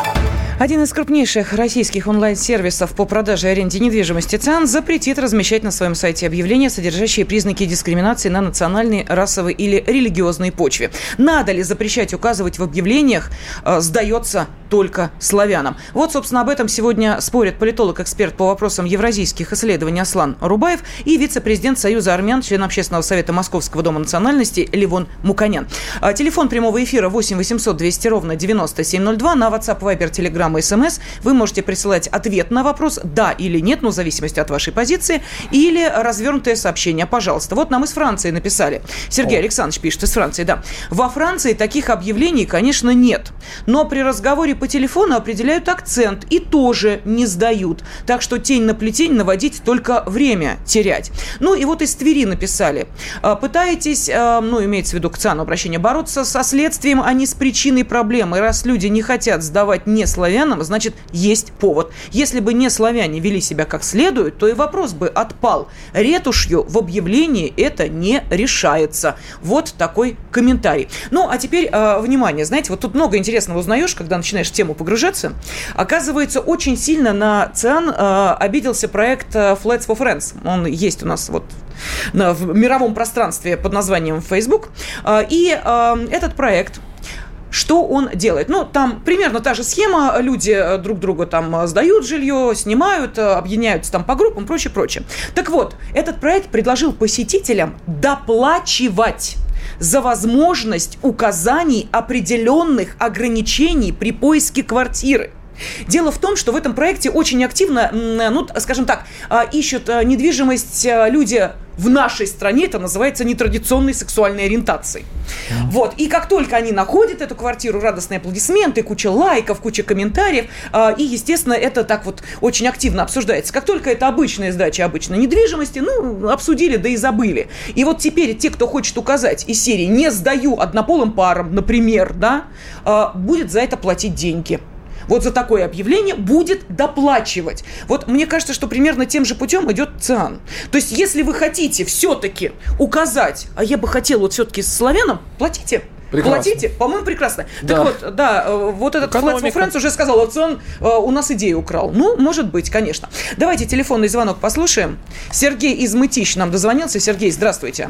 Один из крупнейших российских онлайн-сервисов по продаже и аренде недвижимости ЦИАН запретит размещать на своем сайте объявления, содержащие признаки дискриминации на национальной, расовой или религиозной почве. Надо ли запрещать указывать в объявлениях, э, сдается только славянам. Вот, собственно, об этом сегодня спорят политолог-эксперт по вопросам евразийских исследований Аслан Рубаев и вице-президент Союза армян, член Общественного совета Московского дома национальностей Левон Муканян. А, телефон прямого эфира восемь восемьсот двести ровно девяносто семь ноль два. На WhatsApp, Viber, Telegram и СМС вы можете присылать ответ на вопрос «да» или «нет», ну, в зависимости от вашей позиции, или развернутое сообщение. Пожалуйста. Вот нам из Франции написали. Сергей О. Александрович пишет из Франции, да. Во Франции таких объявлений, конечно, нет. Но при разговоре по телефону определяют акцент и тоже не сдают. Так что тень на плетень наводить, только время терять. Ну и вот из Твери написали. Пытаетесь, ну, имеется в виду к ЦИАНу обращение, бороться со следствием, а не с причиной проблемы. Раз люди не хотят сдавать не славянам, значит, есть повод. Если бы не славяне вели себя как следует, то и вопрос бы отпал. Ретушью в объявлении это не решается. Вот такой комментарий. Ну, а теперь, э, внимание, знаете, вот тут много интересного узнаешь, когда начинаешь в тему погружаться. Оказывается, очень сильно на ЦИАН э, обиделся проект Flights for Friends. Он есть у нас вот на, в мировом пространстве под названием Facebook. Э, и э, этот проект... Что он делает? Ну, там примерно та же схема. Люди друг друга там сдают жилье, снимают, объединяются там по группам, прочее, прочее. Так вот, этот проект предложил посетителям доплачивать за возможность указаний определенных ограничений при поиске квартиры. Дело в том, что в этом проекте очень активно, ну, скажем так, ищут недвижимость люди в нашей стране, это называется нетрадиционной сексуальной ориентацией. Mm-hmm. Вот. И как только они находят эту квартиру, радостные аплодисменты, куча лайков, куча комментариев, и, естественно, это так вот очень активно обсуждается. Как только это обычная сдача обычной недвижимости, ну, обсудили, да и забыли. И вот теперь те, кто хочет указать из серии «не сдаю однополым парам», например, да, будет за это платить деньги. Вот за такое объявление будет доплачивать. Вот мне кажется, что примерно тем же путем идет ЦИАН. То есть, если вы хотите все-таки указать, а я бы хотел вот все-таки с славянам, платите. Прекрасно. Платите, по-моему, прекрасно. Да. Так вот, да, вот этот Flights for Friends уже сказал, а ЦИАН у нас идею украл. Ну, может быть, конечно. Давайте телефонный звонок послушаем. Сергей из Мытищ нам дозвонился. Сергей, здравствуйте.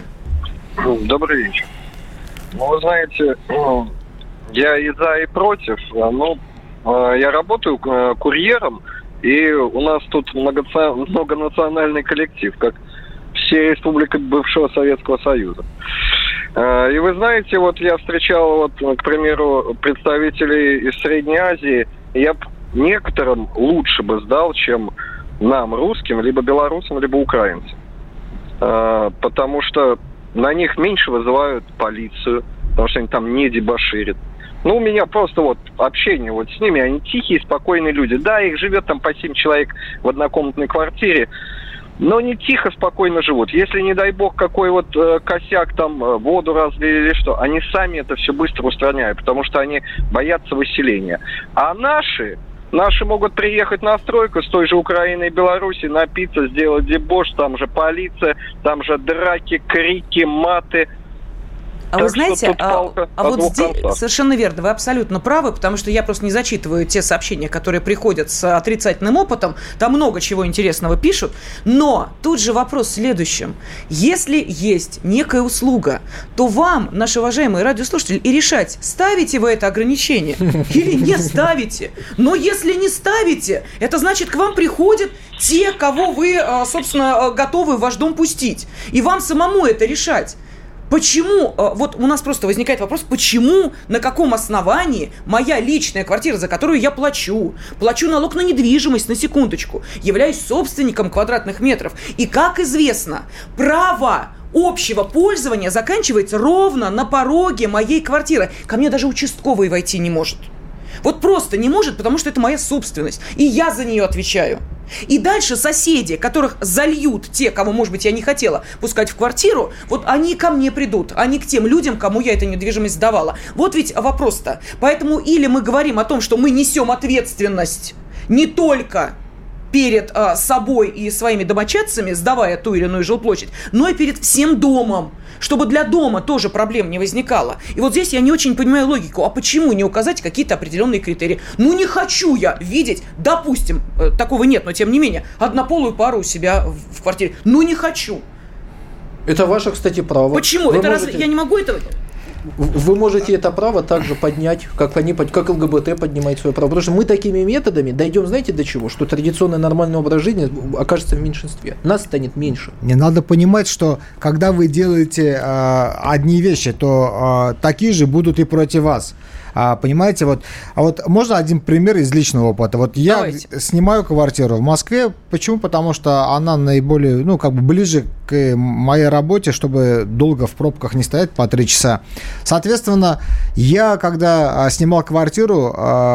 Добрый вечер. Ну, вы знаете, я и за, и против, но... Я работаю курьером, и у нас тут многонациональный коллектив, как все республики бывшего Советского Союза. И вы знаете, вот я встречал, вот, к примеру, представителей из Средней Азии, я некоторым лучше бы сдал, чем нам, русским, либо белорусам, либо украинцам. Потому что на них меньше вызывают полицию, потому что они там не дебоширят. Ну, у меня просто вот общение вот с ними, они тихие, спокойные люди. Да, их живет там по семь человек в однокомнатной квартире, но они тихо, спокойно живут. Если, не дай бог, какой вот э, косяк, там, э, воду разлили или что, они сами это все быстро устраняют, потому что они боятся выселения. А наши, Наши могут приехать на стройку с той же Украины и Беларуси, напиться, сделать дебош, там же полиция, там же драки, крики, маты. А так вы знаете, а, а вот здесь концах. совершенно верно, вы абсолютно правы, потому что я просто не зачитываю те сообщения, которые приходят с отрицательным опытом, там много чего интересного пишут, но тут же вопрос в следующем. Если есть некая услуга, то вам, наши уважаемые радиослушатели, и решать, ставите вы это ограничение или не ставите. Но если не ставите, это значит, к вам приходят те, кого вы, собственно, готовы в ваш дом пустить, и вам самому это решать. Почему, вот у нас просто возникает вопрос, почему, на каком основании моя личная квартира, за которую я плачу, плачу налог на недвижимость, на секундочку, являюсь собственником квадратных метров. И, как известно, право общего пользования заканчивается ровно на пороге моей квартиры. Ко мне даже участковый войти не может. Вот просто не может, потому что это моя собственность, и я за нее отвечаю. И дальше соседи, которых зальют те, кого, может быть, я не хотела пускать в квартиру, вот они ко мне придут, а не к тем людям, кому я эту недвижимость сдавала. Вот ведь вопрос-то. Поэтому или мы говорим о том, что мы несем ответственность не только перед а, собой и своими домочадцами, сдавая ту или иную жилплощадь, но и перед всем домом, чтобы для дома тоже проблем не возникало. И вот здесь я не очень понимаю логику. А почему не указать какие-то определенные критерии? Ну, не хочу я видеть, допустим, такого нет, но тем не менее, однополую пару у себя в квартире. Ну, не хочу. Это ваше, кстати, право. Почему? Вы это можете... раз... Я не могу этого... Вы можете это право также поднять, как они, как ЛГБТ поднимает свое право. Потому что мы такими методами дойдем, знаете, до чего? Что традиционный нормальный образ жизни окажется в меньшинстве. Нас станет меньше. Не надо понимать, что когда вы делаете э, одни вещи, то э, такие же будут и против вас. А, понимаете, вот, а вот можно один пример из личного опыта. Вот я Давайте. снимаю квартиру в Москве. Почему? Потому что она наиболее, ну, как бы ближе к моей работе, чтобы долго в пробках не стоять по три часа. Соответственно, я, когда снимал квартиру,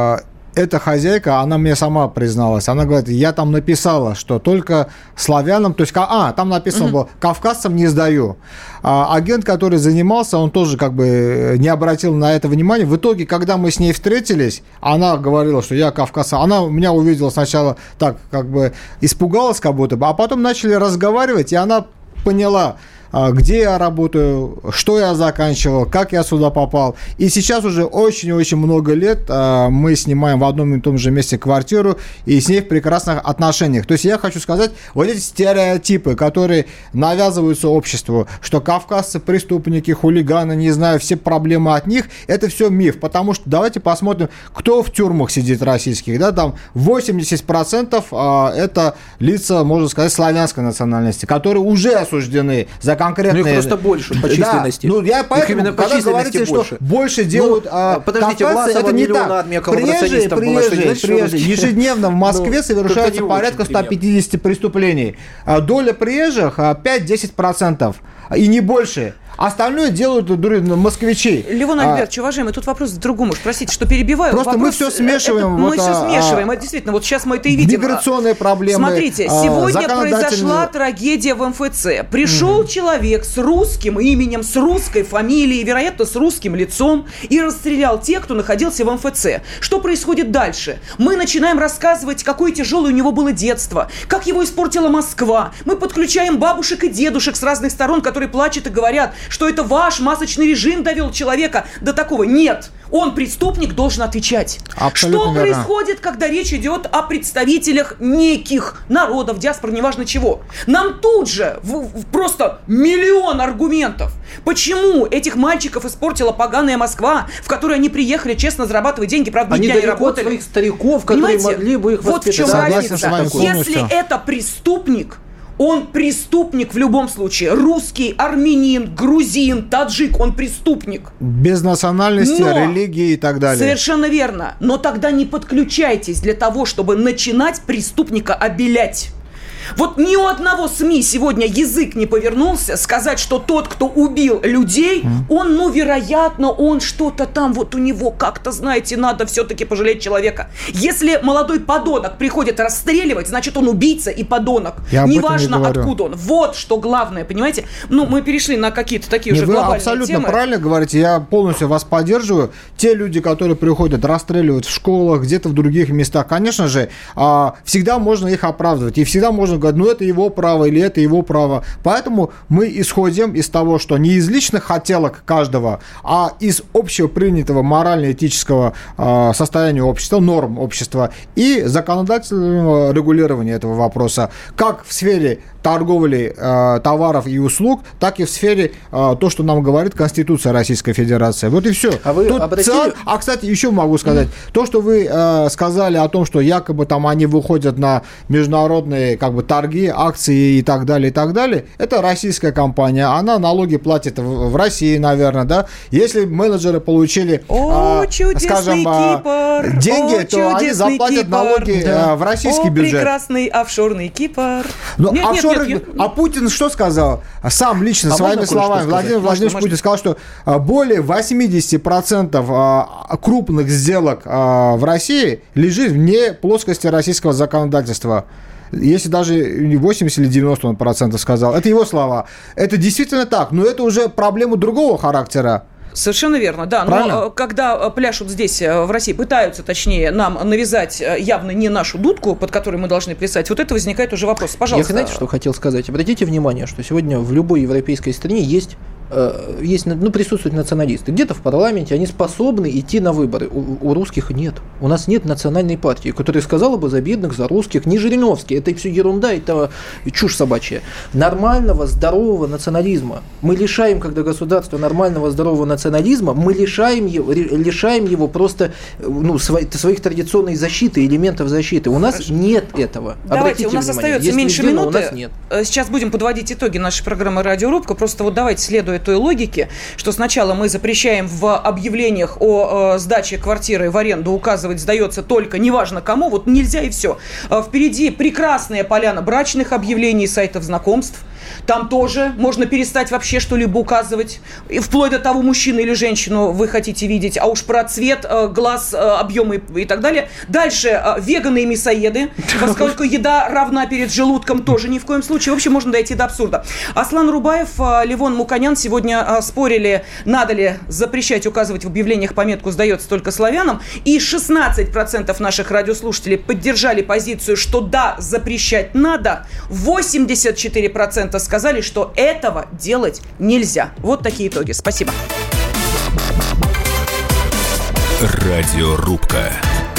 эта хозяйка, она мне сама призналась. Она говорит, я там написала, что только славянам, то есть, а, там написано uh-huh. было, кавказцам не сдаю. А агент, который занимался, он тоже как бы не обратил на это внимания. В итоге, когда мы с ней встретились, она говорила, что я кавказца. Она меня увидела сначала так, как бы испугалась как будто бы, а потом начали разговаривать, и она поняла, где я работаю, что я заканчивал, как я сюда попал. И сейчас уже очень-очень много лет мы снимаем в одном и том же месте квартиру, и с ней в прекрасных отношениях. То есть я хочу сказать, вот эти стереотипы, которые навязываются обществу, что кавказцы преступники, хулиганы, не знаю, все проблемы от них, это все миф. Потому что давайте посмотрим, кто в тюрьмах сидит российских. Да, там восемьдесят процентов это лица, можно сказать, славянской национальности, которые уже осуждены за конкретные... Ну, их просто больше по численности. Да, ну, я поэтому, именно по когда говорите, больше. Что больше делают... Ну, а, подождите, кавказцы, это не так. Приезжие, приезжие, приезжие. Ежедневно в Москве ну, совершается порядка сто пятьдесят преступлений. Доля приезжих пять-десять процентов. И не больше. Остальное делают москвичи. Левон Альбертович, а... уважаемый, тут вопрос к другому. Простите, что перебиваю. Просто вопрос... мы все смешиваем. Это, вот, мы все смешиваем. А... Действительно, вот сейчас мы это и видим. Миграционные проблемы. Смотрите, сегодня произошла трагедия в эм эф цэ. Пришел угу. человек с русским именем, с русской фамилией, вероятно, с русским лицом, и расстрелял тех, кто находился в эм эф цэ. Что происходит дальше? Мы начинаем рассказывать, какое тяжелое у него было детство, как его испортила Москва. Мы подключаем бабушек и дедушек с разных сторон, которые плачут и говорят, что это ваш масочный режим довел человека до такого. Нет, он, преступник, должен отвечать. Абсолютно что верно. Происходит, когда речь идет о представителях неких народов, диаспор, неважно чего? Нам тут же в, в, просто миллион аргументов. Почему этих мальчиков испортила поганая Москва, в которой они приехали честно зарабатывать деньги, правда, они ни дня не работали. Своих стариков, которые Понимаете? Могли бы их вот воспитать. Вот в чем разница. Если это преступник, он преступник в любом случае. Русский, армянин, грузин, таджик, он преступник. Без национальности, Но, религии и так далее. Совершенно верно. Но тогда не подключайтесь для того, чтобы начинать преступника обелять. Вот ни у одного СМИ сегодня язык не повернулся сказать, что тот, кто убил людей, mm. он, ну, вероятно, он что-то там, вот у него как-то, знаете, надо все-таки пожалеть человека. Если молодой подонок приходит расстреливать, значит, он убийца и подонок. Я Неважно, не откуда он. Вот что главное, понимаете? Ну, мы перешли на какие-то такие Нет, уже глобальные темы. Вы абсолютно правильно говорите, я полностью вас поддерживаю. Те люди, которые приходят расстреливать в школах, где-то в других местах, конечно же, всегда можно их оправдывать. И всегда можно говорить, ну, это его право или это его право. Поэтому мы исходим из того, что не из личных хотелок каждого, а из общепринятого морально-этического состояния общества, норм общества и законодательного регулирования этого вопроса. Как в сфере торговли э, товаров и услуг, так и в сфере э, то, что нам говорит Конституция Российской Федерации. Вот и все. А, вы Тут обратили... цел... а кстати, еще могу сказать, mm-hmm. то, что вы э, сказали о том, что якобы там они выходят на международные как бы торги, акции и так далее, и так далее, это российская компания, она налоги платит в, в России, наверное, да. Если менеджеры получили, О, э, скажем, Кипр! деньги, О, то они заплатят Кипр! налоги да. э, в российский О, бюджет. прекрасный офшорный Кипр. Но нет, офшор... нет, нет, А Путин что сказал? Сам лично, а своими словами, Владимир Владимирович Путин сказал, что более восемьдесят процентов крупных сделок в России лежит вне плоскости российского законодательства. Если даже восемьдесят или девяносто процентов сказал. Это его слова. Это действительно так, но это уже проблема другого характера. Совершенно верно, да. Правильно? Но когда пляшут здесь, в России, пытаются, точнее, нам навязать явно не нашу дудку, под которой мы должны плясать, вот это возникает уже вопрос. Пожалуйста. Я, знаете, что хотел сказать? Обратите внимание, что сегодня в любой европейской стране есть есть, ну, присутствуют националисты. Где-то в парламенте они способны идти на выборы. У, у русских нет. У нас нет национальной партии, которая сказала бы за бедных, за русских. Не Жириновский. Это все ерунда, это чушь собачья. Нормального, здорового национализма. Мы лишаем, когда государство нормального, здорового национализма, мы лишаем его, лишаем его просто ну, своей, своих традиционной защиты, элементов защиты. У нас Хорошо. нет этого. Давайте, Обратите у нас внимание. остается Есть меньше везде, минуты. у нас нет. Сейчас будем подводить итоги нашей программы «Радиорубка». Просто вот давайте, следуя той логике, что сначала мы запрещаем в объявлениях о э, сдаче квартиры в аренду указывать «сдается только», неважно кому, вот нельзя и все. Э, впереди прекрасная поляна брачных объявлений, сайтов знакомств. Там тоже можно перестать вообще что-либо указывать, и вплоть до того, мужчину или женщину вы хотите видеть, а уж про цвет, глаз, объемы и так далее. Дальше веганы и мясоеды, поскольку еда равна перед желудком, тоже ни в коем случае. В общем, можно дойти до абсурда. Аслан Рубаев, Левон Муканян сегодня спорили, надо ли запрещать указывать в объявлениях пометку «сдается только славянам», и шестнадцать процентов наших радиослушателей поддержали позицию, что да, запрещать надо, восемьдесят четыре процента сказали, что этого делать нельзя. Вот такие итоги. Спасибо. Радиорубка.